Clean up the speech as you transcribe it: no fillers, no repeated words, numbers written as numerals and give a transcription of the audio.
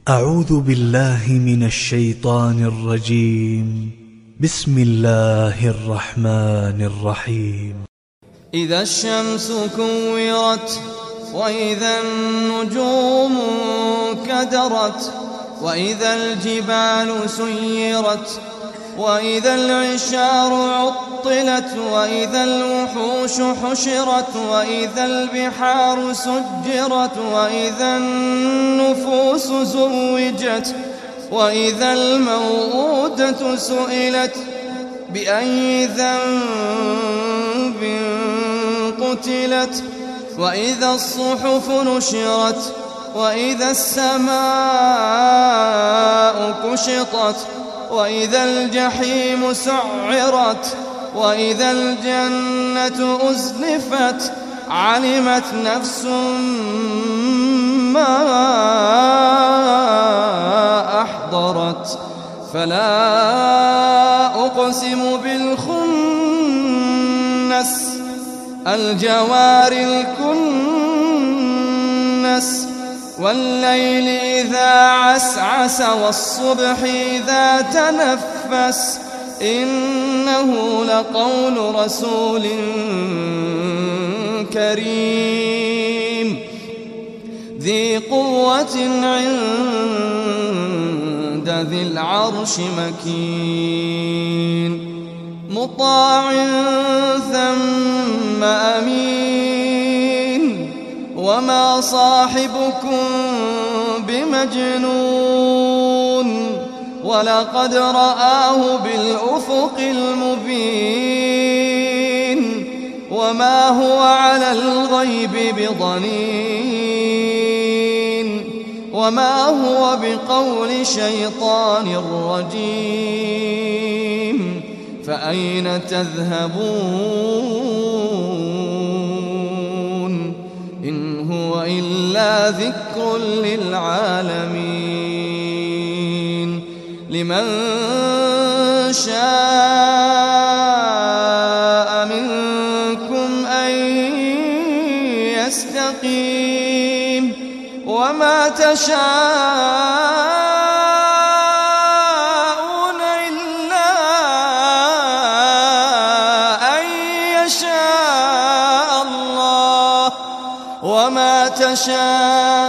أعوذ بالله من الشيطان الرجيم. بسم الله الرحمن الرحيم. إذا الشمس كورت وإذا النجوم كدرت وإذا الجبال سيرت وإذا العشار عطلت وإذا الوحوش حشرت وإذا البحار سجرت وإذا النفوس زوجت وإذا الموءودة سئلت بأي ذنب قتلت وإذا الصحف نشرت وإذا السماء كشطت وإذا الجحيم سعرت وإذا الجنة أزلفت علمت نفس ما أحضرت فلا أقسم بالخنس الجوار الكنس والليل إذا عسعس والصبح إذا تنفس إنه لقول رسول كريم ذي قوة عند ذي العرش مكين مطاع ثم أمين وما صاحبكم بمجنون ولقد رآه بالأفق المبين وما هو على الغيب بضنين وما هو بقول شيطان رجيم فأين تذهبون إن هو إلا ذكر للعالمين لمن شاء منكم أن يستقيم وما تشاءون إلا أن يشاء الله وما تشاءون